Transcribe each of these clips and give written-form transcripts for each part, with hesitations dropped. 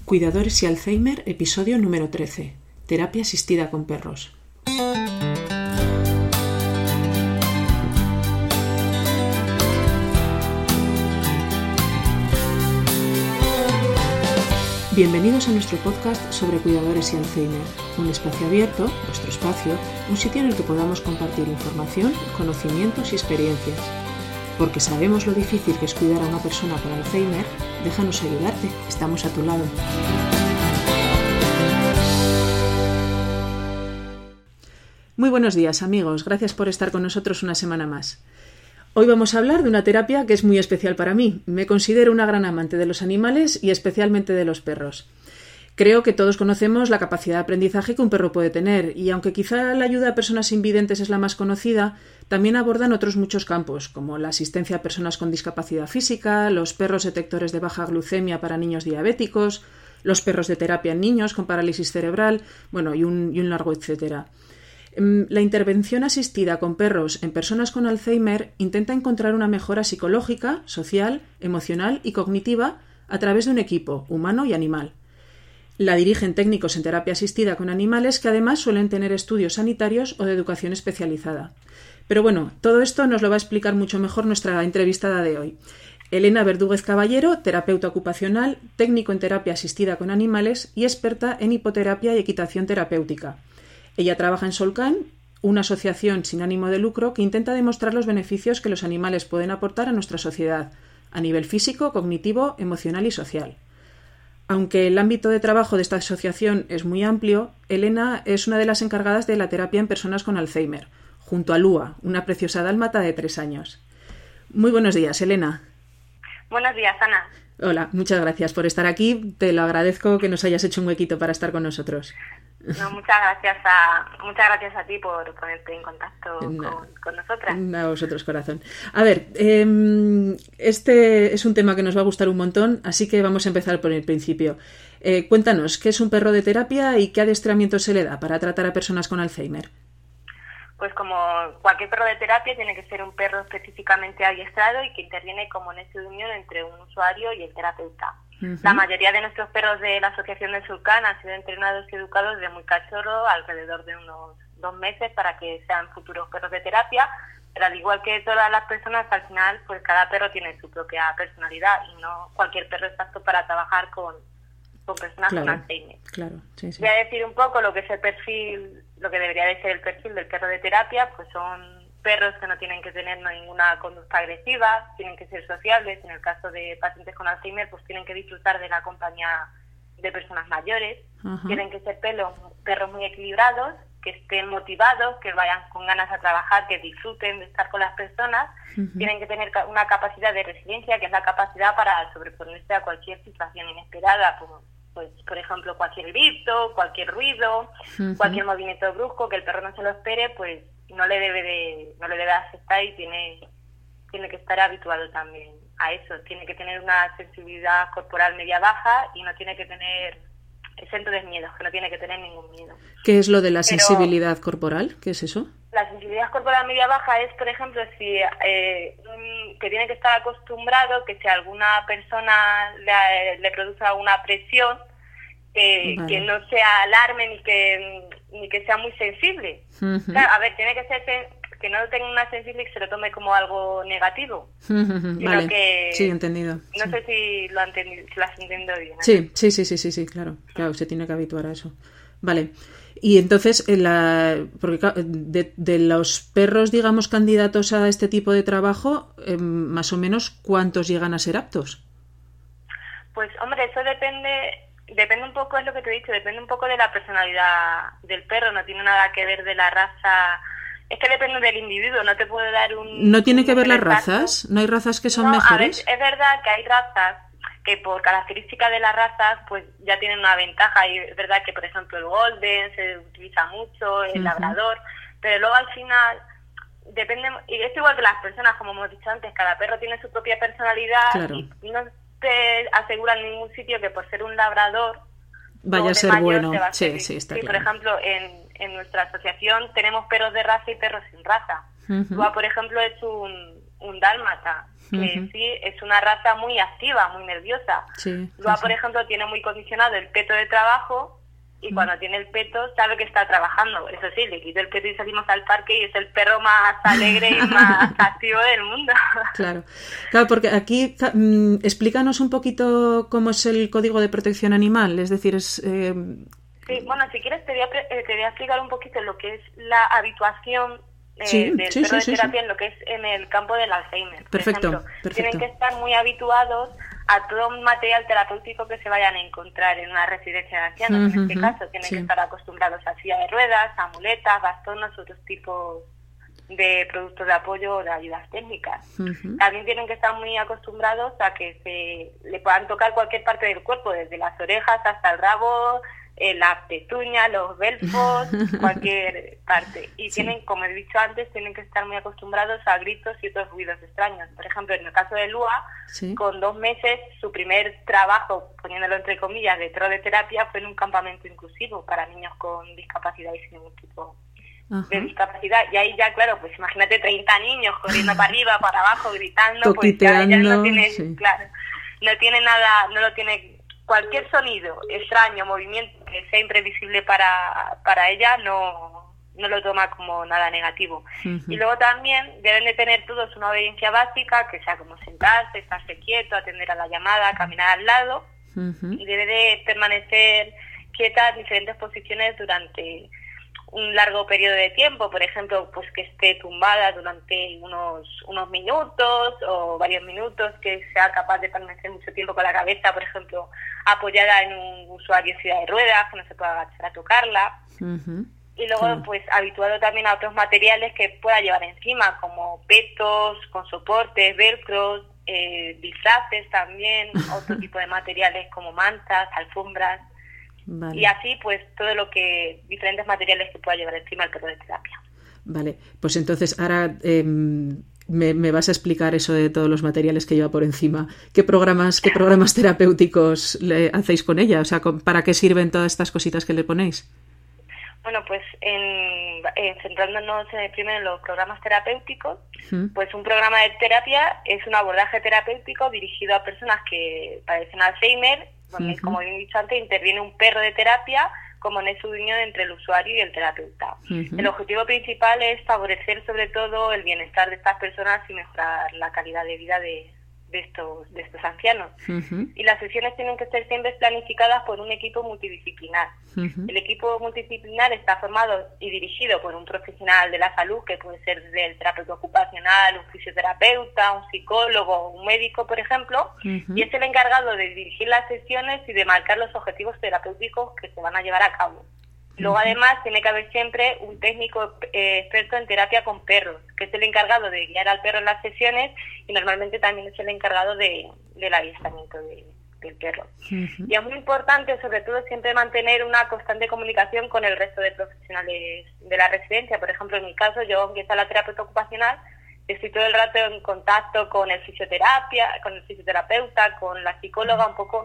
Cuidadores y Alzheimer, episodio número 13. Terapia asistida con perros. Bienvenidos a nuestro podcast sobre cuidadores y Alzheimer, un espacio abierto, vuestro espacio, un sitio en el que podamos compartir información, conocimientos y experiencias. Porque sabemos lo difícil que es cuidar a una persona con Alzheimer, déjanos ayudarte, estamos a tu lado. Muy buenos días, amigos, gracias por estar con nosotros una semana más. Hoy vamos a hablar de una terapia que es muy especial para mí. Me considero una gran amante de los animales y especialmente de los perros. Creo que todos conocemos la capacidad de aprendizaje que un perro puede tener y aunque quizá la ayuda a personas invidentes es la más conocida, también abordan otros muchos campos, como la asistencia a personas con discapacidad física, los perros detectores de baja glucemia para niños diabéticos, los perros de terapia en niños con parálisis cerebral, y un largo etcétera. La intervención asistida con perros en personas con Alzheimer intenta encontrar una mejora psicológica, social, emocional y cognitiva a través de un equipo, humano y animal. La dirigen técnicos en terapia asistida con animales que además suelen tener estudios sanitarios o de educación especializada. Pero todo esto nos lo va a explicar mucho mejor nuestra entrevistada de hoy. Elena Verdúguez Caballero, terapeuta ocupacional, técnico en terapia asistida con animales y experta en hipoterapia y equitación terapéutica. Ella trabaja en Solcan, una asociación sin ánimo de lucro que intenta demostrar los beneficios que los animales pueden aportar a nuestra sociedad, a nivel físico, cognitivo, emocional y social. Aunque el ámbito de trabajo de esta asociación es muy amplio, Elena es una de las encargadas de la terapia en personas con Alzheimer, junto a Lua, una preciosa dálmata de 3 años. Muy buenos días, Elena. Buenos días, Ana. Hola, muchas gracias por estar aquí. Te lo agradezco que nos hayas hecho un huequito para estar con nosotros. No, muchas gracias a ti por ponerte en contacto con nosotras. A vosotros, corazón. A ver, este es un tema que nos va a gustar un montón, así que vamos a empezar por el principio. Cuéntanos, ¿qué es un perro de terapia y qué adiestramiento se le da para tratar a personas con Alzheimer? Pues como cualquier perro de terapia, tiene que ser un perro específicamente adiestrado y que interviene como nexo de unión entre un usuario y el terapeuta. Uh-huh. La mayoría de nuestros perros de la asociación de Solcan han sido entrenados y educados desde muy cachorro, alrededor de unos 2 meses, para que sean futuros perros de terapia, pero al igual que todas las personas, al final, pues cada perro tiene su propia personalidad y no cualquier perro es apto para trabajar con personas con Alzheimer. Claro, sí. Voy a decir un poco lo que es el perfil, lo que debería de ser el perfil del perro de terapia, pues son perros que no tienen que tener ninguna conducta agresiva, tienen que ser sociables. En el caso de pacientes con Alzheimer, pues tienen que disfrutar de la compañía de personas mayores. Uh-huh. Tienen que ser perros muy equilibrados, que estén motivados, que vayan con ganas a trabajar, que disfruten de estar con las personas. Uh-huh. Tienen que tener una capacidad de resiliencia, que es la capacidad para sobreponerse a cualquier situación inesperada, como pues por ejemplo cualquier grito, cualquier ruido, uh-huh, cualquier movimiento brusco que el perro no se lo espere, pues no le debe aceptar y tiene que estar habituado también a eso. Tiene que tener una sensibilidad corporal media baja y no tiene que tener exento de miedos, que no tiene que tener ningún miedo. ¿Qué es lo de la sensibilidad corporal? ¿Qué es eso? La sensibilidad corporal media baja es, por ejemplo, si que tiene que estar acostumbrado que si alguna persona le produce alguna presión, vale, que no se alarme ni que sea muy sensible. Uh-huh. Claro, a ver, tiene que ser que no tenga una sensible y que se lo tome como algo negativo. Uh-huh. Sino vale, que, sí, entendido. No sí. sé si lo has entendido bien. ¿No? Sí, claro, se tiene que habituar a eso. Vale. Y entonces, porque de los perros, digamos, candidatos a este tipo de trabajo, más o menos, ¿cuántos llegan a ser aptos? Pues, hombre, eso depende un poco, es lo que te he dicho, depende un poco de la personalidad del perro, no tiene nada que ver de la raza. Es que depende del individuo, no te puedo dar un... ¿No tiene que ver las razas? ¿No hay razas que son mejores? A ver, es verdad que hay razas que por características de las razas pues ya tienen una ventaja, y es verdad que por ejemplo el Golden se utiliza mucho, el Labrador, pero luego al final depende, y es igual que las personas, como hemos dicho antes, cada perro tiene su propia personalidad. Claro. Y no te asegura en ningún sitio que por ser un Labrador vaya a ser bueno. Sí, está claro. Por ejemplo, en nuestra asociación tenemos perros de raza y perros sin raza. Uh-huh. Lua, por ejemplo, es un dálmata, que sí es una raza muy activa, muy nerviosa. Lua, por ejemplo, tiene muy condicionado el peto de trabajo y cuando tiene el peto sabe que está trabajando. Eso sí, le quito el peto y salimos al parque y es el perro más alegre y más activo del mundo. Claro, porque aquí explícanos un poquito cómo es el Código de Protección Animal, es decir, es... Sí, bueno, si quieres te voy a explicar un poquito lo que es la habituación del perro de terapia en lo que es en el campo del Alzheimer. Perfecto, por ejemplo, tienen que estar muy habituados a todo material terapéutico que se vayan a encontrar en una residencia de ancianos. En este caso, tienen que estar acostumbrados a silla de ruedas, a muletas, bastones, otros tipos de productos de apoyo o de ayudas técnicas. También tienen que estar muy acostumbrados a que le puedan tocar cualquier parte del cuerpo, desde las orejas hasta el rabo, las pezuñas, los belfos, cualquier parte. Y tienen, como he dicho antes, tienen que estar muy acostumbrados a gritos y otros ruidos extraños. Por ejemplo, en el caso de Lua, con 2 meses, su primer trabajo, poniéndolo entre comillas, de perro de terapia fue en un campamento inclusivo para niños con discapacidad y sin ningún tipo de discapacidad. Y ahí ya, claro, pues imagínate 30 niños corriendo para arriba, para abajo, gritando, pues ya no tiene, claro, no tiene nada, no lo tiene. Cualquier sonido extraño, movimiento que sea imprevisible para ella, no lo toma como nada negativo. Y luego también deben de tener todos una obediencia básica, que sea como sentarse, estarse quieto, atender a la llamada, caminar al lado, y debe de permanecer quieta en diferentes posiciones durante un largo periodo de tiempo. Por ejemplo, pues que esté tumbada durante unos minutos o varios minutos, que sea capaz de permanecer mucho tiempo con la cabeza, por ejemplo, apoyada en un usuario de silla de ruedas, que no se pueda agachar a tocarla. Y luego, pues, habituado también a otros materiales que pueda llevar encima, como petos, con soportes, velcros, disfraces también, otro tipo de materiales como mantas, alfombras. Vale. Y así, pues, diferentes materiales que pueda llevar encima el perro de terapia. Vale, pues entonces ahora me vas a explicar eso de todos los materiales que lleva por encima. ¿Qué programas terapéuticos hacéis con ella? O sea, ¿para qué sirven todas estas cositas que le ponéis? Bueno, pues centrándonos primero en los programas terapéuticos, pues un programa de terapia es un abordaje terapéutico dirigido a personas que padecen Alzheimer, donde, como bien dicho antes, interviene un perro de terapia como nexo de unión entre el usuario y el terapeuta. El objetivo principal es favorecer sobre todo el bienestar de estas personas y mejorar la calidad de vida de estos ancianos. Y las sesiones tienen que ser siempre planificadas por un equipo multidisciplinar. El equipo multidisciplinar está formado y dirigido por un profesional de la salud, que puede ser desde el terapeuta ocupacional, un fisioterapeuta, un psicólogo, un médico, por ejemplo, y es el encargado de dirigir las sesiones y de marcar los objetivos terapéuticos que se van a llevar a cabo. Luego, además, tiene que haber siempre un técnico experto en terapia con perros, que es el encargado de guiar al perro en las sesiones y normalmente también es el encargado del adiestramiento del perro. Y es muy importante, sobre todo, siempre mantener una constante comunicación con el resto de profesionales de la residencia. Por ejemplo, en mi caso, yo, aunque sea la terapeuta ocupacional, estoy todo el rato en contacto con el fisioterapeuta, con la psicóloga, un poco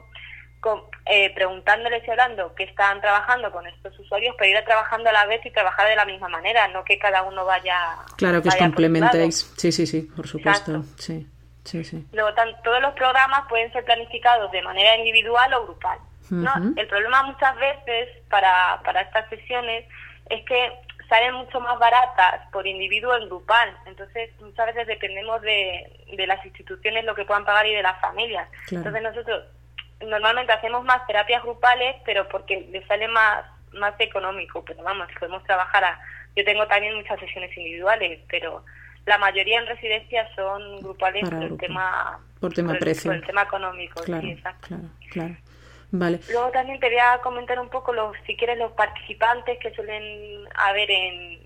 preguntándoles y hablando que están trabajando con estos usuarios, pero ir trabajando a la vez y trabajar de la misma manera, no que cada uno vaya. Claro, que os complementéis. Sí, por supuesto. Sí. Luego, todos los programas pueden ser planificados de manera individual o grupal, ¿no? El problema muchas veces para estas sesiones es que salen mucho más baratas por individuo en grupal. Entonces, muchas veces dependemos de las instituciones lo que puedan pagar y de las familias. Claro. Entonces, nosotros normalmente hacemos más terapias grupales, pero porque les sale más económico, pero vamos, podemos trabajar yo tengo también muchas sesiones individuales, pero la mayoría en residencias son grupales por el tema precio, por el tema económico. Claro, sí, exacto. Claro. Vale. Luego también te voy a comentar un poco si quieres, los participantes que suelen haber en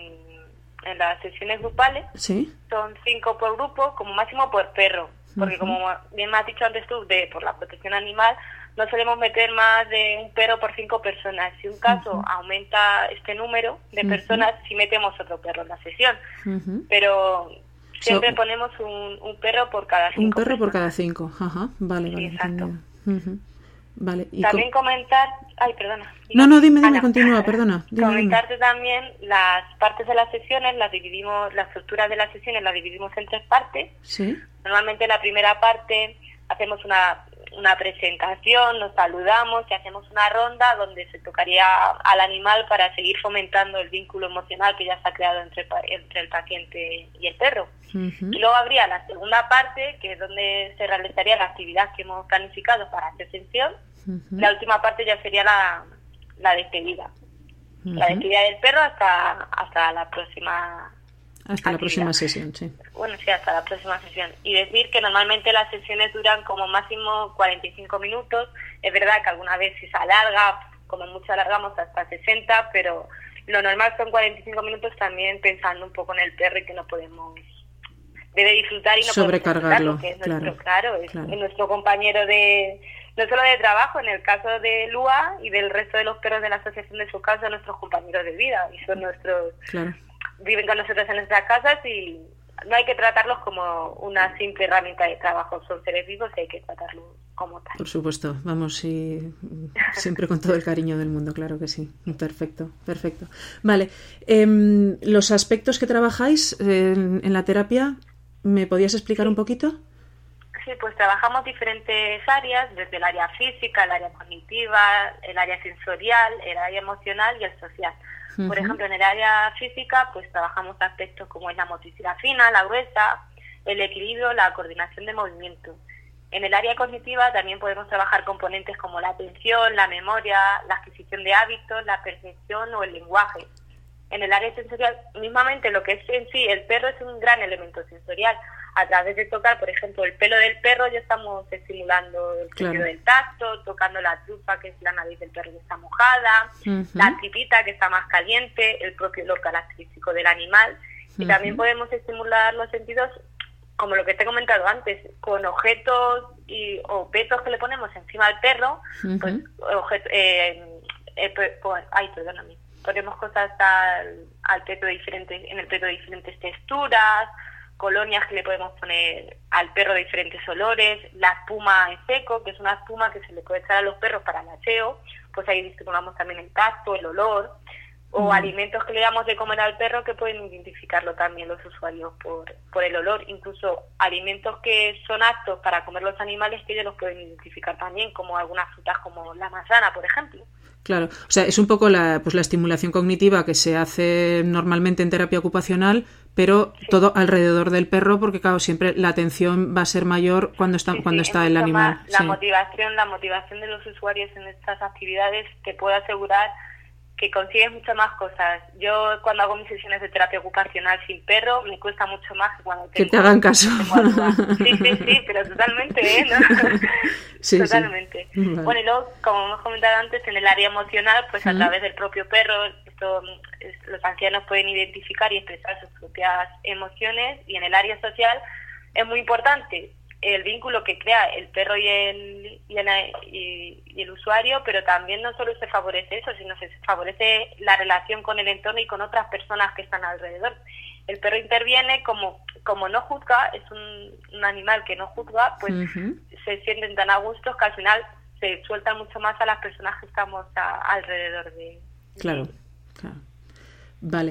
las sesiones grupales. ¿Sí? Son 5 por grupo, como máximo por perro. Porque como bien me has dicho antes tú, por la protección animal, no solemos meter más de un perro por 5 personas. Si un caso aumenta este número de personas, sí metemos otro perro en la sesión. Pero siempre ponemos un perro por cada 5. Un perro por cada 5, vale, sí, exacto. Vale. ¿Y también comentar... Ay, perdona. No, dime, Ana. continúa, perdona. Comentarte también las partes de las sesiones, las estructuras de las sesiones las dividimos en 3 partes. Sí. Normalmente en la primera parte hacemos una presentación, nos saludamos y hacemos una ronda donde se tocaría al animal para seguir fomentando el vínculo emocional que ya se ha creado entre el paciente y el perro. Uh-huh. Y luego habría la segunda parte, que es donde se realizaría la actividad que hemos planificado para esta sesión. Uh-huh. La última parte ya sería la despedida. Uh-huh. La despedida del perro hasta la próxima Hasta la próxima sesión, sí. Bueno, sí, hasta la próxima sesión. Y decir que normalmente las sesiones duran como máximo 45 minutos. Es verdad que alguna vez si se alarga, como mucho alargamos hasta 60, pero lo normal son 45 minutos, también pensando un poco en el perro y que no podemos... Debe disfrutar y no sobrecargarlo, que es claro. Es nuestro compañero no solo de trabajo, en el caso de Lua y del resto de los perros de la asociación de su casa, nuestros compañeros de vida y son nuestros... Claro. Viven con nosotros en nuestras casas y no hay que tratarlos como una simple herramienta de trabajo, son seres vivos y hay que tratarlos como tal. Por supuesto, vamos, y siempre con todo el cariño del mundo, claro que sí. Perfecto. Vale, los aspectos que trabajáis en la terapia, ¿me podías explicar un poquito? Sí, pues trabajamos diferentes áreas, desde el área física, el área cognitiva, el área sensorial, el área emocional y el social. Por ejemplo, en el área física, pues trabajamos aspectos como es la motricidad fina, la gruesa, el equilibrio, la coordinación de movimiento. En el área cognitiva también podemos trabajar componentes como la atención, la memoria, la adquisición de hábitos, la percepción o el lenguaje. En el área sensorial, mismamente lo que es en sí, el perro es un gran elemento sensorial. A través de tocar, por ejemplo, el pelo del perro, ya estamos estimulando el sentido del tacto, tocando la trufa, que es la nariz del perro que está mojada, la tripita, que está más caliente, el propio olor característico del animal. Y también podemos estimular los sentidos, como lo que te he comentado antes, con objetos o objetos que le ponemos encima al perro, ponemos cosas al peto en el peto de diferentes texturas, colonias que le podemos poner al perro de diferentes olores, la espuma en seco, que es una espuma que se le puede echar a los perros para el aseo, pues ahí estimulamos también el tacto, el olor, o alimentos que le damos de comer al perro que pueden identificarlo también los usuarios por el olor, incluso alimentos que son aptos para comer los animales que ellos los pueden identificar también, como algunas frutas como la manzana, por ejemplo. Claro, o sea, es un poco la estimulación cognitiva que se hace normalmente en terapia ocupacional, pero todo alrededor del perro, porque claro, siempre la atención va a ser mayor cuando está el animal. La motivación de los usuarios en estas actividades, te puedo asegurar que consigues muchas más cosas. Yo cuando hago mis sesiones de terapia ocupacional sin perro me cuesta mucho más que cuando que te hagan caso. Sí, pero totalmente, ¿no? Sí, totalmente. Sí. Vale. Bueno, y luego, como hemos comentado antes, en el área emocional, pues a través del propio perro, los ancianos pueden identificar y expresar sus propias emociones, y en el área social es muy importante el vínculo que crea el perro y el usuario, pero también no solo se favorece eso, sino se favorece la relación con el entorno y con otras personas que están alrededor. El perro interviene como no juzga, es un animal que no juzga, pues se sienten tan a gusto que al final se sueltan mucho más a las personas que estamos alrededor de... Claro. Vale.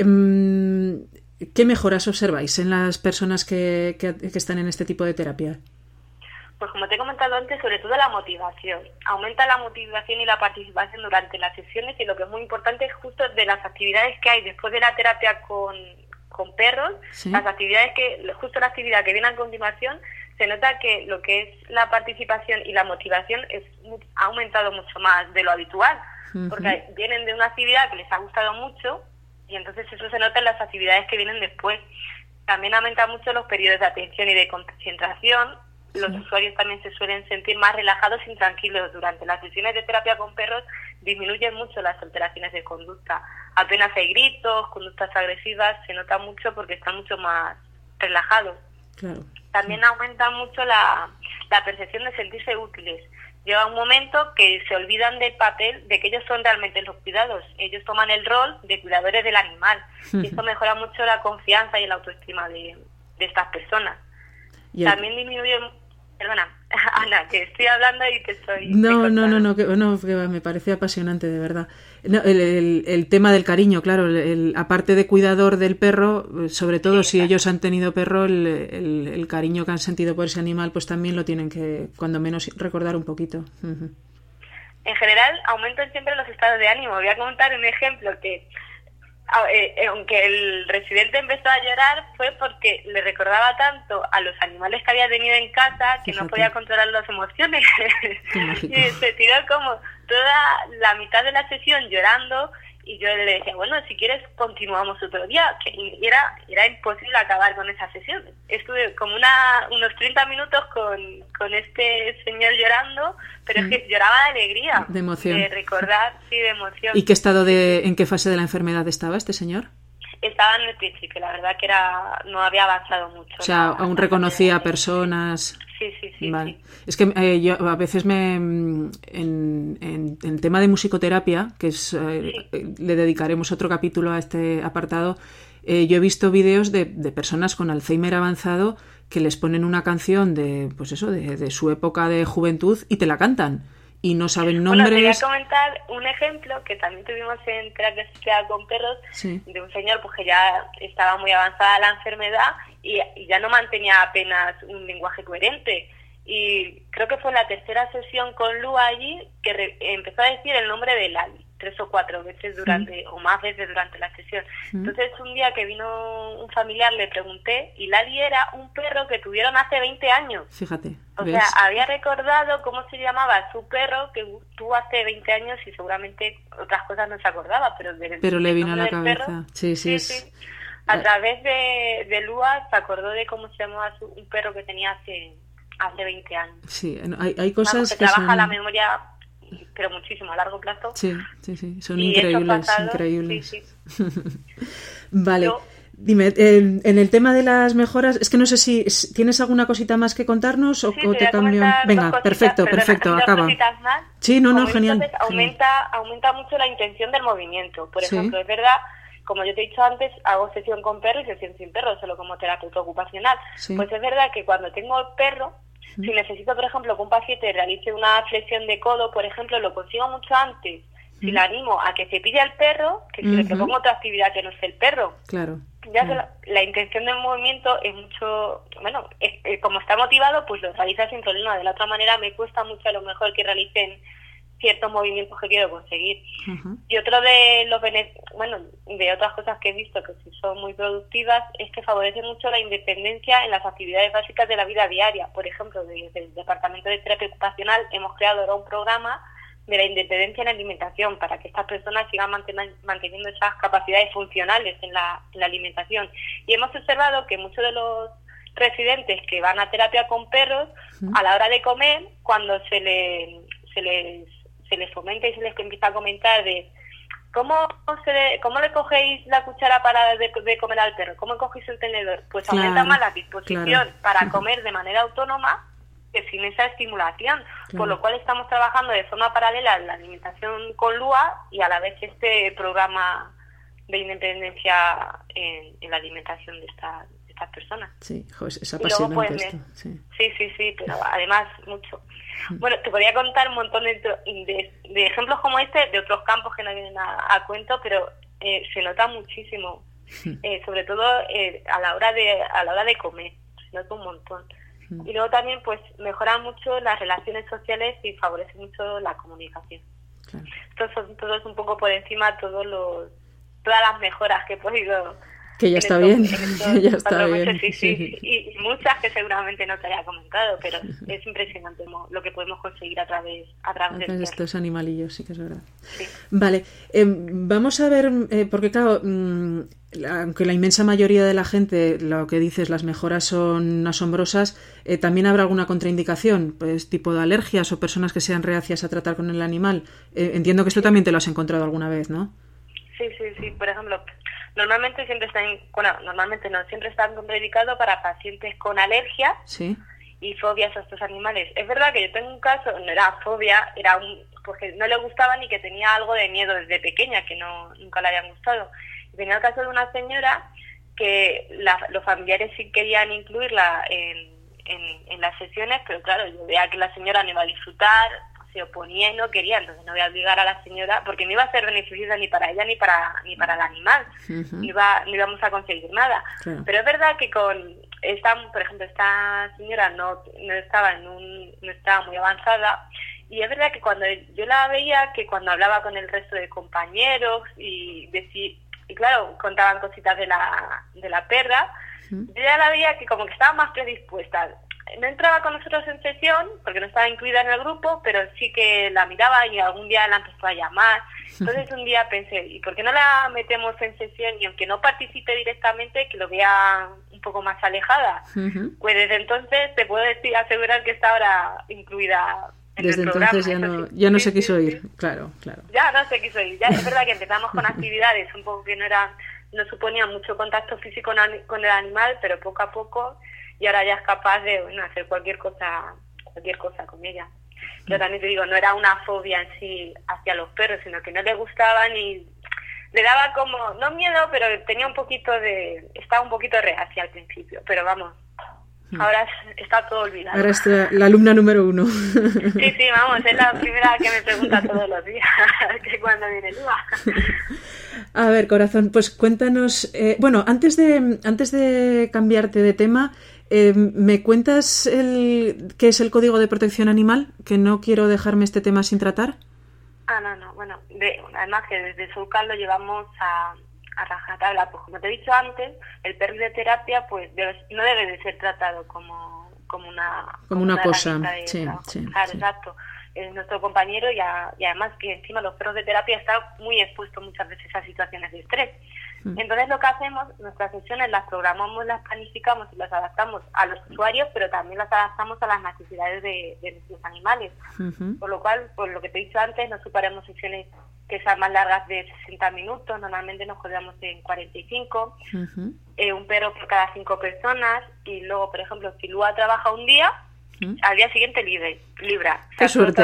¿Qué mejoras observáis en las personas que están en este tipo de terapia? Pues como te he comentado antes, sobre todo la motivación. Aumenta la motivación y la participación durante las sesiones, y lo que es muy importante es justo de las actividades que hay después de la terapia con perros, ¿sí? La actividad que viene a continuación, se nota que lo que es la participación y la motivación ha aumentado mucho más de lo habitual, porque vienen de una actividad que les ha gustado mucho, y entonces eso se nota en las actividades que vienen después. También aumenta mucho los periodos de atención y de concentración. Los usuarios también se suelen sentir más relajados y tranquilos. Durante las sesiones de terapia con perros disminuyen mucho las alteraciones de conducta. Apenas hay gritos, conductas agresivas, se nota mucho porque están mucho más relajados. Claro. También aumenta mucho la percepción de sentirse útiles. Llega un momento que se olvidan del papel de que ellos son realmente los cuidados. Ellos toman el rol de cuidadores del animal. Y esto mejora mucho la confianza y la autoestima de estas personas. También disminuye... Perdona. Ana, que estoy hablando y que estoy... No, que me parece apasionante, de verdad. No, el tema del cariño, claro, aparte de cuidador del perro, sobre todo si ellos han tenido perro, el cariño que han sentido por ese animal, pues también lo tienen que, cuando menos, recordar un poquito. Uh-huh. En general, aumentan siempre los estados de ánimo. Voy a contar un ejemplo que... aunque el residente empezó a llorar fue porque le recordaba tanto a los animales que había tenido en casa que no podía controlar las emociones y se tiró como toda la mitad de la sesión llorando y yo le decía, bueno, si quieres continuamos otro día, y era imposible acabar con esa sesión. Estuve como unos 30 minutos con este señor llorando, pero es que lloraba de alegría, de emoción, de recordar, sí, de emoción. ¿Y en qué fase de la enfermedad estaba este señor? Estaba en el principio, la verdad que no había avanzado mucho. O sea, aún reconocía a personas... Sí. Vale. Sí. Es que yo a veces en tema de musicoterapia, que es le dedicaremos otro capítulo a este apartado, yo he visto vídeos de personas con Alzheimer avanzado que les ponen una canción de su época de juventud y te la cantan y no saben nombres. Bueno, te voy a comentar un ejemplo que también tuvimos en terapia asistida con perros, de un señor pues que ya estaba muy avanzada la enfermedad y ya no mantenía apenas un lenguaje coherente. Y creo que fue la tercera sesión con Lu allí que empezó a decir el nombre de Lali 3 o 4 veces o más veces durante la sesión. Entonces un día que vino un familiar le pregunté y Lali era un perro que tuvieron hace 20 años. Fíjate. O sea, había recordado cómo se llamaba su perro que tuvo hace 20 años y seguramente otras cosas no se acordaba, pero le vino a la cabeza. Perro, sí. A través de Lua se acordó de cómo se llamaba un perro que tenía hace 20 años. Sí, hay cosas que trabaja la memoria, pero muchísimo a largo plazo. Sí, son increíbles. Sí. Vale. Dime, en el tema de las mejoras, es que no sé si tienes alguna cosita más que contarnos o te cambio. Venga, perfecto, acaba. Más. Sí, genial. Entonces aumenta mucho la intención del movimiento. Por ejemplo, es verdad, como yo te he dicho antes, hago sesión con perro y sesión sin perro, solo como terapeuta ocupacional. Sí. Pues es verdad que cuando tengo el perro, si necesito, por ejemplo, que un paciente realice una flexión de codo, por ejemplo, lo consigo mucho antes. Si le animo a que se pille al perro, que si le propongo otra actividad que no es el perro. Claro. Ya la intención del movimiento es mucho, como está motivado, pues lo realiza sin problema. De la otra manera me cuesta mucho a lo mejor que realicen ciertos movimientos que quiero conseguir. Y otro de de otras cosas que he visto que sí son muy productivas es que favorecen mucho la independencia en las actividades básicas de la vida diaria. Por ejemplo, desde el Departamento de Terapia Ocupacional hemos creado ahora un programa de la independencia en la alimentación para que estas personas sigan manteniendo esas capacidades funcionales en la alimentación. Y hemos observado que muchos de los residentes que van a terapia con perros, a la hora de comer, cuando se les fomenta y se les empieza a comentar de ¿cómo le cogéis la cuchara para de comer al perro? ¿Cómo cogéis el tenedor? Pues aumenta más la disposición para comer de manera autónoma que sin esa estimulación, por lo cual estamos trabajando de forma paralela en la alimentación con Lua y a la vez este programa de independencia en la alimentación de estas personas. Sí, es apasionante luego, pues, esto. Sí, pero además mucho. Bueno, te podría contar un montón de ejemplos como este, de otros campos que no vienen a cuento, pero se nota muchísimo, sobre todo a la hora de comer, se nota un montón. Y luego también pues mejoran mucho las relaciones sociales y favorece mucho la comunicación. Claro. Estos son todos un poco por encima todas las mejoras que he podido. Que ya está bien, ya está bien. Sí. Y muchas que seguramente no te haya comentado, pero es impresionante lo que podemos conseguir a través de estos animalillos, sí que es verdad. Sí. Vale, vamos a ver, porque claro, aunque la inmensa mayoría de la gente, lo que dices, las mejoras son asombrosas, también habrá alguna contraindicación, pues tipo de alergias o personas que sean reacias a tratar con el animal. Entiendo que esto también te lo has encontrado alguna vez, ¿no? Sí. Por ejemplo, normalmente siempre están contraindicados para pacientes con alergias y fobias a estos animales. Es verdad que yo tengo un caso, no era fobia, porque no le gustaba ni que tenía algo de miedo desde pequeña, que nunca le habían gustado. Tenía el caso de una señora que los familiares sí querían incluirla en en las sesiones, pero claro, yo veía que la señora no iba a disfrutar, se oponía y no quería, entonces no voy a obligar a la señora, porque no iba a ser beneficiosa ni para ella ni para el animal, no íbamos a conseguir nada. Claro. Pero es verdad que por ejemplo, esta señora no estaba muy avanzada, y es verdad que cuando yo la veía, que cuando hablaba con el resto de compañeros y claro, contaban cositas de la perra, yo ya la veía que como que estaba más predispuesta. No entraba con nosotros en sesión, porque no estaba incluida en el grupo, pero sí que la miraba y algún día la empezó a llamar. Entonces un día pensé, ¿y por qué no la metemos en sesión? Y aunque no participe directamente, que lo vea un poco más alejada. Pues desde entonces te puedo asegurar que está ahora incluida en desde el programa. Entonces ya no se quiso ir, claro. Ya no se quiso ir. Ya es verdad que empezamos con actividades un poco que no suponían mucho contacto físico con el animal, pero poco a poco, y ahora ya es capaz de hacer cualquier cosa con ella. Yo también te digo, no era una fobia en sí hacia los perros, sino que no le gustaban y le daba como, no miedo, pero estaba un poquito reacia al principio, pero vamos, ahora está todo olvidado. Ahora es la alumna número 1. Sí, vamos, es la primera que me pregunta todos los días, que cuando viene Lua. A ver, corazón, pues cuéntanos, antes de cambiarte de tema, ¿me cuentas qué es el Código de Protección Animal? Que no quiero dejarme este tema sin tratar. No, bueno, además que desde Sulcal lo llevamos a rajatabla, pues como te he dicho antes, el perro de terapia pues no debe de ser tratado como una cosa, sí. Claro, exacto. Es nuestro compañero y además que encima los perros de terapia están muy expuestos muchas veces a situaciones de estrés. Entonces lo que hacemos, nuestras sesiones las programamos, las planificamos y las adaptamos a los usuarios, pero también las adaptamos a las necesidades de nuestros animales. Por lo cual, por lo que te he dicho antes, no superamos sesiones que sean más largas de 60 minutos, normalmente nos quedamos en 45, un perro por cada 5 personas, y luego, por ejemplo, si Lua trabaja un día, al día siguiente libra. O sea, ¡qué suerte!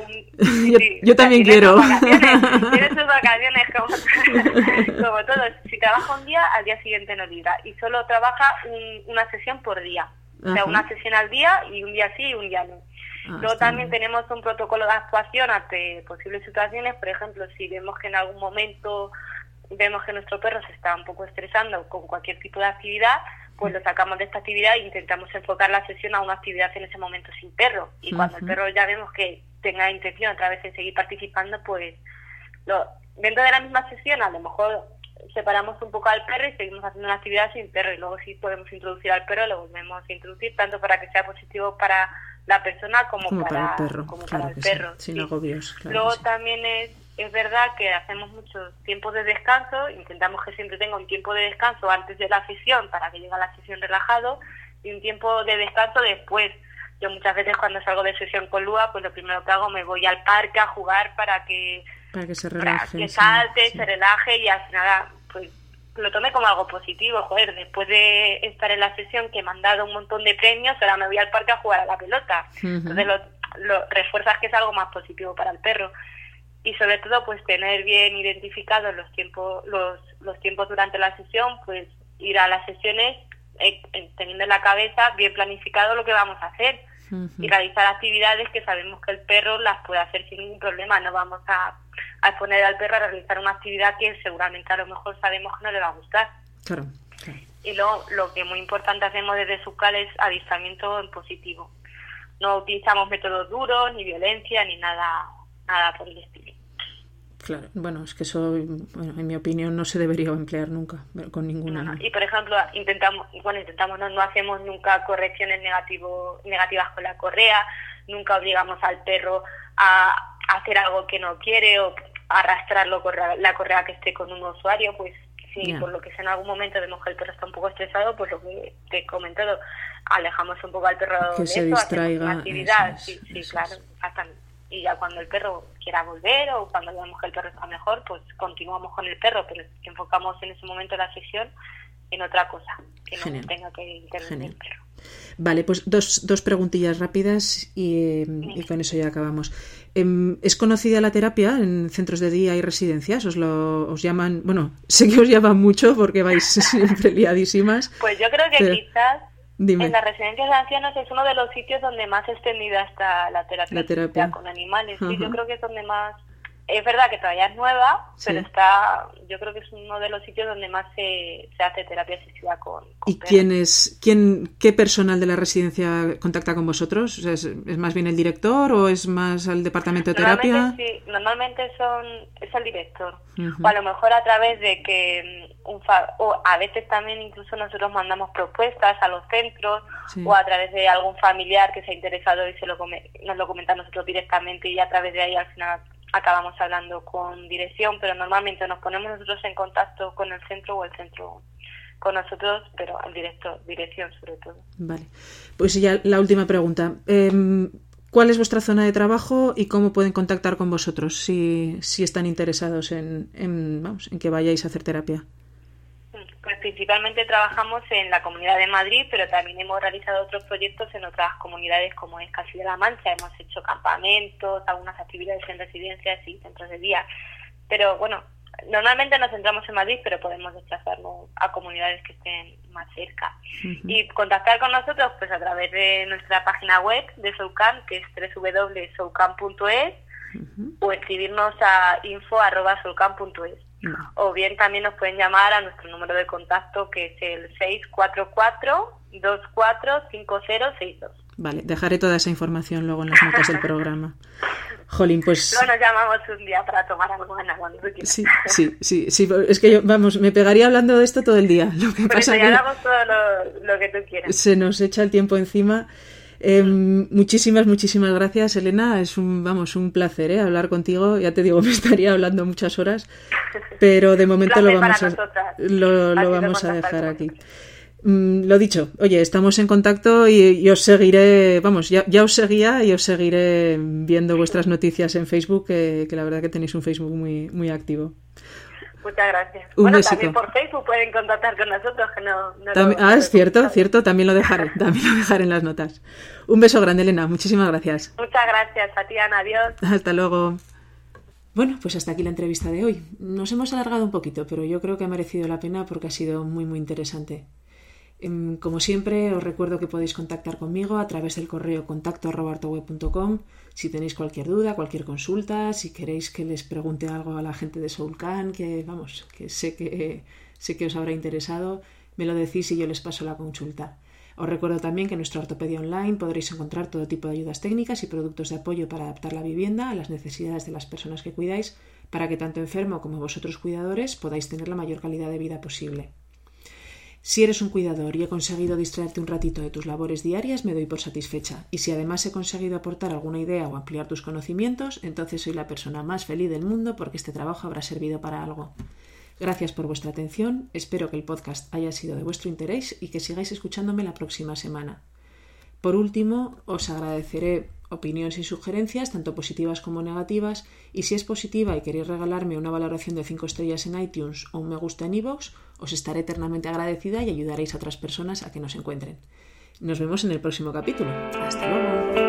Yo también tiene quiero. Tiene sus vacaciones como todos. Si trabaja un día, al día siguiente no libra. Y solo trabaja una sesión por día. O sea, una sesión al día y un día sí y un día no. Luego también tenemos un protocolo de actuación ante posibles situaciones. Por ejemplo, si vemos que en algún momento vemos que nuestro perro se está un poco estresando con cualquier tipo de actividad, pues lo sacamos de esta actividad e intentamos enfocar la sesión a una actividad en ese momento sin perro. Y cuando el perro ya vemos que tenga intención otra vez de seguir participando, pues dentro de la misma sesión a lo mejor separamos un poco al perro y seguimos haciendo una actividad sin perro, y luego sí podemos introducir al perro, lo volvemos a introducir tanto para que sea positivo para la persona como para el perro. Claro, sin agobios. Claro. Luego también es verdad que hacemos muchos tiempos de descanso, intentamos que siempre tenga un tiempo de descanso antes de la sesión para que llegue a la sesión relajado y un tiempo de descanso después. Yo muchas veces cuando salgo de sesión con Lua, pues lo primero que hago me voy al parque a jugar para que se relaje, para que salte, se relaje y al final pues lo tome como algo positivo. Joder, después de estar en la sesión que me han dado un montón de premios, ahora me voy al parque a jugar a la pelota. Entonces lo refuerzas que es algo más positivo para el perro. Y sobre todo pues tener bien identificados los tiempos durante la sesión, pues ir a las sesiones teniendo en la cabeza bien planificado lo que vamos a hacer y realizar actividades que sabemos que el perro las puede hacer sin ningún problema. No vamos a exponer al perro a realizar una actividad que seguramente a lo mejor sabemos que no le va a gustar. Claro. Y luego lo que es muy importante hacemos desde Sulcal es adiestramiento en positivo. No utilizamos métodos duros, ni violencia, ni nada por el estilo. Claro, bueno, es que eso, en mi opinión, no se debería emplear nunca con ninguna. No. Y por ejemplo, no hacemos nunca correcciones negativas con la correa, nunca obligamos al perro a hacer algo que no quiere o a arrastrarlo con la correa que esté con un usuario. Pues si por lo que sea en algún momento vemos que el perro está un poco estresado, pues lo que te he comentado, alejamos un poco al perro que de se eso, distraiga. hacemos una actividad, eso es. Claro, exactamente. Y ya cuando el perro quiera volver o cuando vemos que el perro está mejor, pues continuamos con el perro, pero enfocamos en ese momento la sesión en otra cosa, que no tenga que intervenir el perro. Vale, pues dos preguntillas rápidas y con eso ya acabamos. ¿Es conocida la terapia en centros de día y residencias? ¿Os llaman? Bueno, sé que os llaman mucho porque vais siempre liadísimas. Pues yo creo que quizás Dime. En las residencias de ancianos es uno de los sitios donde más extendida está la terapia con animales. Sí, yo creo que es donde más... Es verdad que todavía es nueva, pero yo creo que es uno de los sitios donde más se hace terapia asistida con ¿Y perros. qué personal de la residencia contacta con vosotros? O sea, ¿es más bien el director o es más al departamento de terapia? Normalmente es el director. O a lo mejor a través de que o a veces también incluso nosotros mandamos propuestas a los centros o a través de algún familiar que se ha interesado y nos lo comenta a nosotros directamente, y a través de ahí al final acabamos hablando con dirección, pero normalmente nos ponemos nosotros en contacto con el centro o el centro con nosotros, pero el dirección sobre todo. Vale, pues ya la última pregunta. ¿Cuál es vuestra zona de trabajo y cómo pueden contactar con vosotros si están interesados en que vayáis a hacer terapia? Pues principalmente trabajamos en la Comunidad de Madrid, pero también hemos realizado otros proyectos en otras comunidades como es Castilla-La Mancha. Hemos hecho campamentos, algunas actividades en residencias y centros de día. Pero bueno, normalmente nos centramos en Madrid, pero podemos desplazarnos a comunidades que estén más cerca. Y contactar con nosotros pues a través de nuestra página web de Soucan, que es www.soucan.es, o escribirnos a info@soucan.es. O bien también nos pueden llamar a nuestro número de contacto, que es el 644-245062. Vale, dejaré toda esa información luego en las notas del programa. Jolín, pues... Luego nos llamamos un día para tomar algo en cuando tú quieras. Sí, es que yo, me pegaría hablando de esto todo el día. Lo que pasa es que hablamos todo lo que tú quieras. Se nos echa el tiempo encima. Muchísimas gracias, Elena. Es un placer hablar contigo. Ya te digo, me estaría hablando muchas horas, pero de momento lo vamos a dejar aquí. Lo dicho, oye, estamos en contacto y os seguiré, ya os seguía y os seguiré viendo vuestras noticias en Facebook, que la verdad que tenéis un Facebook muy, muy activo. Muchas gracias. Besito. También por Facebook pueden contactar con nosotros, que es cierto, también lo dejaré en las notas. Un beso grande, Elena, muchísimas gracias. Muchas gracias a ti, Ana, adiós. Hasta luego. Bueno, pues hasta aquí la entrevista de hoy. Nos hemos alargado un poquito, pero yo creo que ha merecido la pena porque ha sido muy, muy interesante. Como siempre, os recuerdo que podéis contactar conmigo a través del correo contacto@artoweb.com si tenéis cualquier duda, cualquier consulta, si queréis que les pregunte algo a la gente de Soulcan, que sé que os habrá interesado, me lo decís y yo les paso la consulta. Os recuerdo también que en nuestra ortopedia online podréis encontrar todo tipo de ayudas técnicas y productos de apoyo para adaptar la vivienda a las necesidades de las personas que cuidáis, para que tanto enfermo como vosotros cuidadores podáis tener la mayor calidad de vida posible. Si eres un cuidador y he conseguido distraerte un ratito de tus labores diarias, me doy por satisfecha. Y si además he conseguido aportar alguna idea o ampliar tus conocimientos, entonces soy la persona más feliz del mundo porque este trabajo habrá servido para algo. Gracias por vuestra atención, espero que el podcast haya sido de vuestro interés y que sigáis escuchándome la próxima semana. Por último, os agradeceré opiniones y sugerencias, tanto positivas como negativas, y si es positiva y queréis regalarme una valoración de 5 estrellas en iTunes o un me gusta en iVoox, os estaré eternamente agradecida y ayudaréis a otras personas a que nos encuentren. Nos vemos en el próximo capítulo. ¡Hasta luego!